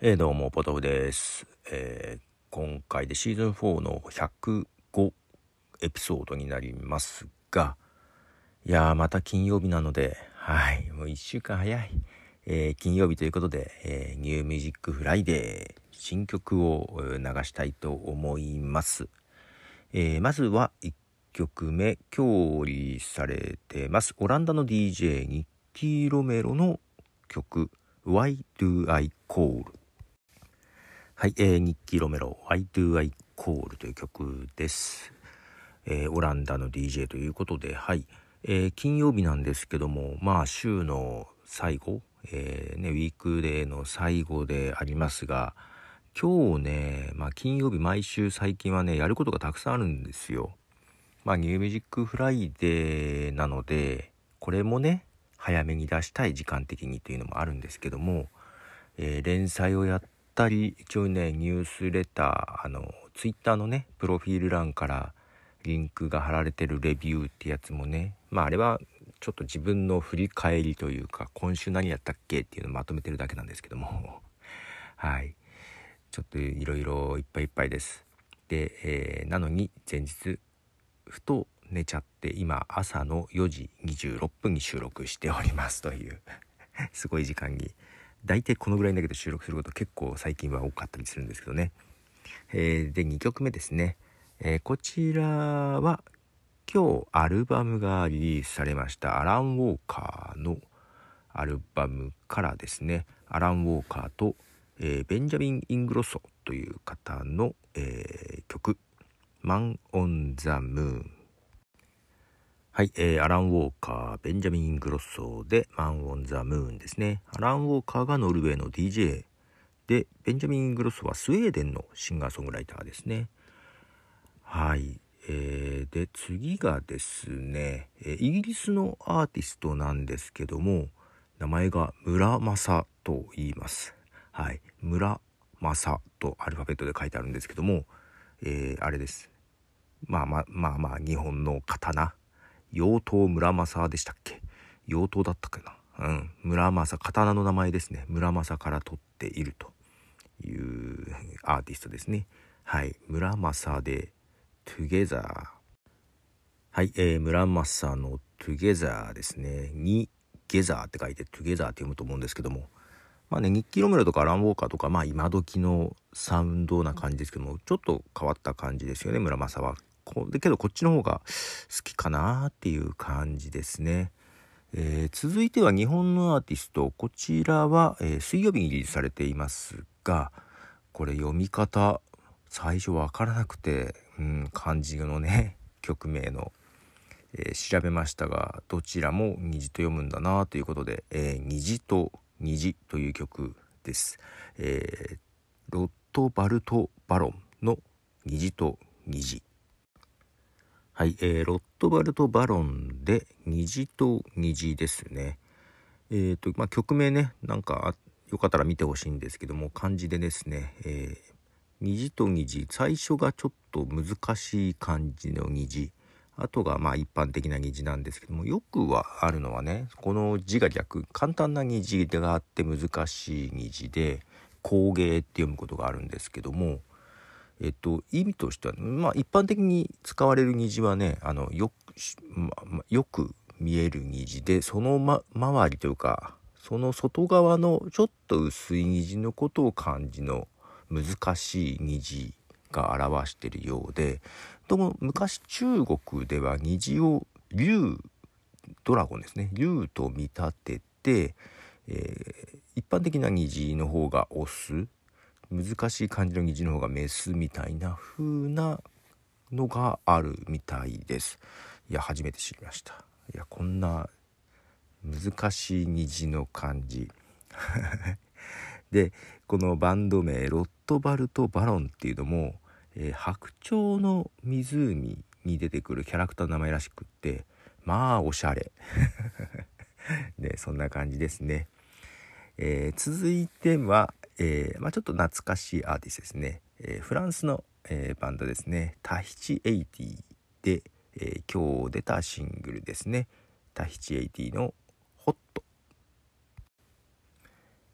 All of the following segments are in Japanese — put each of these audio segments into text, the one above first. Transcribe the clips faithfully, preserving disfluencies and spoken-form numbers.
えー、どうもポトフです、えー、今回でシーズンフォーのひゃくごエピソードになりますが、いやーまた金曜日なので、はいもういっしゅうかん早い、えー、金曜日ということで、えー、ニューミュージックフライデー新曲を流したいと思います。えー、まずはいっきょくめ、今日リリースされてますオランダの ディージェー ニッキー・ロメロの曲 Why Do I Call。はい、えー、ニッキー・ロメロ Why Do I Call という曲です、えー、オランダの ディージェー ということで、はい、えー、金曜日なんですけども、まあ週の最後、えーね、ウィークデーの最後でありますが、今日ね、まあ金曜日毎週最近はねやることがたくさんあるんですよ。まあニューミュージックフライデーなので、これもね早めに出したい時間的にというのもあるんですけども、えー、連載をやったり、一応ねニュースレター、あのツイッターのねプロフィール欄からリンクが貼られてるレビューってやつもね、まああれはちょっと自分の振り返りというか、今週何やったっけっていうのをまとめてるだけなんですけどもはいちょっといろいろいっぱいいっぱいです。で、えー、なのに前日ふと寝ちゃって、今朝のよじにじゅうろっぷんに収録しておりますというすごい時間に、大体このぐらいだけど収録すること結構最近は多かったりするんですけどね。えー、でにきょくめですね、えー、こちらは今日アルバムがリリースされましたアラン・ウォーカーのアルバムからですね、アラン・ウォーカーと、えー、ベンジャミン・イングロッソという方の、えー、曲マン・オン・ザ・ムーン。はい、えー、アラン・ウォーカー、ベンジャミン・イングロッソでマン・オン・ザ・ムーンですね。アラン・ウォーカーがノルウェーの ディージェー で、ベンジャミン・イングロッソはスウェーデンのシンガーソングライターですね。はい、えー、で次がですね、イギリスのアーティストなんですけども、名前が村正と言います。はい、村正とアルファベットで書いてあるんですけども、えー、あれです。まあまあまあまあ日本の刀、妖刀村正でしたっけ、妖刀だったかな、うん、村正、刀の名前ですね。村正から取っているというアーティストですね。はい、村正で Together。 はい、えー、村正の Together ですね。にゲザーって書いて Together って読むと思うんですけども、まあね、ニッキー・ロメロとかアラン・ウォーカーとか、まあ今時のサウンドな感じですけども、ちょっと変わった感じですよね、村正は。こでけどこっちの方が好きかなっていう感じですね。えー、続いては日本のアーティスト、こちらは、えー、水曜日にリリースされていますが、これ読み方最初わからなくて、うん、漢字のね曲名の、えー、調べましたが、どちらも虹と読むんだなということで、えー、虹と虹という曲です。えー、ロットバルト・バロンの虹と虹。はい、えー、ロットバルト・バロンで虹と虹ですね。えーとまあ、曲名ね、なんかよかったら見てほしいんですけども、漢字でですね、えー、虹と虹、最初がちょっと難しい感じの虹、あとがまあ一般的な虹なんですけども、よくはあるのはね、この字が逆、簡単な虹があって難しい虹で工芸って読むことがあるんですけども、えっと意味としては、まあ一般的に使われる虹はね、あのよく、まま、よく見える虹で、その、ま、周りというかその外側のちょっと薄い虹のことを漢字の難しい虹が表しているようで、とも昔中国では虹を竜、ドラゴンですね、竜と見立てて、えー、一般的な虹の方がオス、難しい漢字の虹の方がメスみたいな風なのがあるみたいです。いや初めて知りました。いやこんな難しい虹の漢字で、このバンド名ロットバルト・バロンっていうのも、えー、白鳥の湖に出てくるキャラクターの名前らしくって、まあおしゃれで、そんな感じですね。えー、続いては、えーまあ、ちょっと懐かしいアーティストですね。えー、フランスの、えー、バンドですね。タヒチエイティで、えー、今日出たシングルですね。タヒチエイティのホット。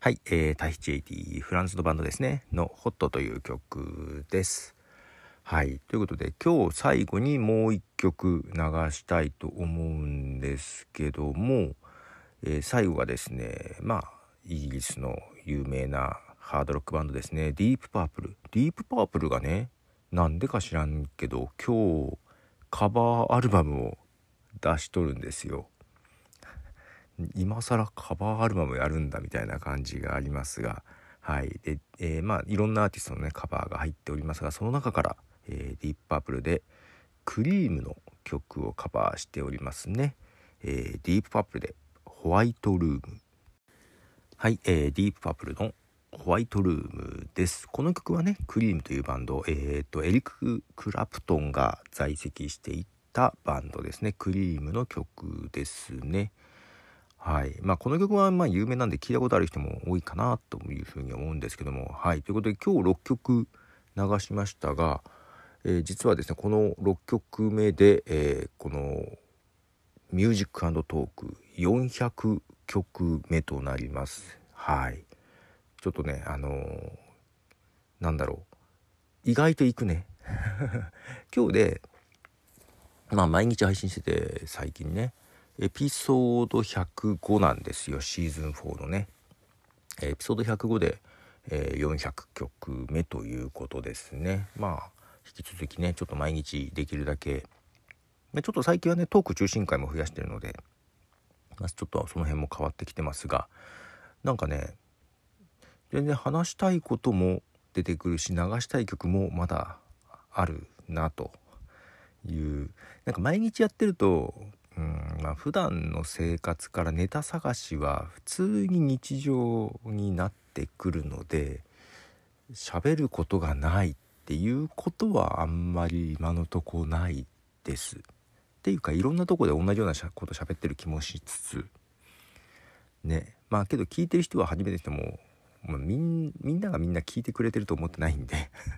はい、えー、タヒチエイティフランスのバンドですねのホットという曲です。はい、ということで今日最後にもう一曲流したいと思うんですけども、えー、最後はですね、まあイギリスの有名なハードロックバンドですね、ディープパープル。ディープパープルがね、なんでか知らんけど今日カバーアルバムを出しとるんですよ。今更カバーアルバムやるんだみたいな感じがありますが、はいで、えー、まあいろんなアーティストのねカバーが入っておりますが、その中から、えー、ディープパープルでクリームの曲をカバーしておりますね。えー、ディープパープルでホワイトルーム。はい、えー、ディープパープルのホワイトルームです。この曲はね、クリームというバンド、えーとエリック・クラプトンが在籍していたバンドですね。クリームの曲ですね。はいまあ、この曲はまあ有名なんで聞いたことある人も多いかなというふうに思うんですけども、はいということで今日ろっきょく流しましたが、えー、実はですねこのろっきょくめで、えー、このミュージック&トークよんひゃくきょくめとなります。はいちょっとねあのー、なんだろう意外といくね今日でまあ毎日配信してて最近ねエピソードひゃくごなんですよ、シーズンフォーのね。エピソードひゃくごで、えー、よんひゃくきょくめということですね。まあ引き続きねちょっと毎日できるだけ、ちょっと最近はねトーク中心回も増やしてるので、まあ、ちょっとその辺も変わってきてますが、なんかね全然話したいことも出てくるし流したい曲もまだあるなという、なんか毎日やってるとうんまあ普段の生活からネタ探しは普通に日常になってくるので、喋ることがないっていうことはあんまり今のとこないです。っていうかいろんなとこで同じようなこと喋ってる気もしつつね、まあけど聞いてる人は初めてしても、まあ、みんみんながみんな聞いてくれてると思ってないんで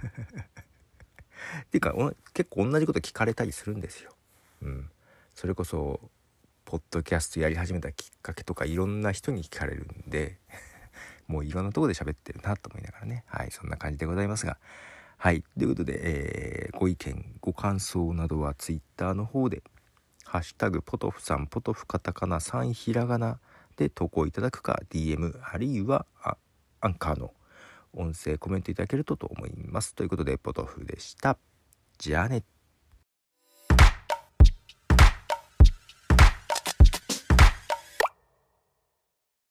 っていうか結構同じこと聞かれたりするんですよ。うん、それこそポッドキャストやり始めたきっかけとかいろんな人に聞かれるんでもういろんなところで喋ってるなと思いながらね、はいそんな感じでございますが、はいということで、えー、ご意見ご感想などはツイッターの方でハッシュタグポトフさん、ポトフカタカナさんひらがなで投稿いただくか ディーエム あるいはあアンカーの音声コメントいただけるとと思います。ということでポトフでした。じゃあね。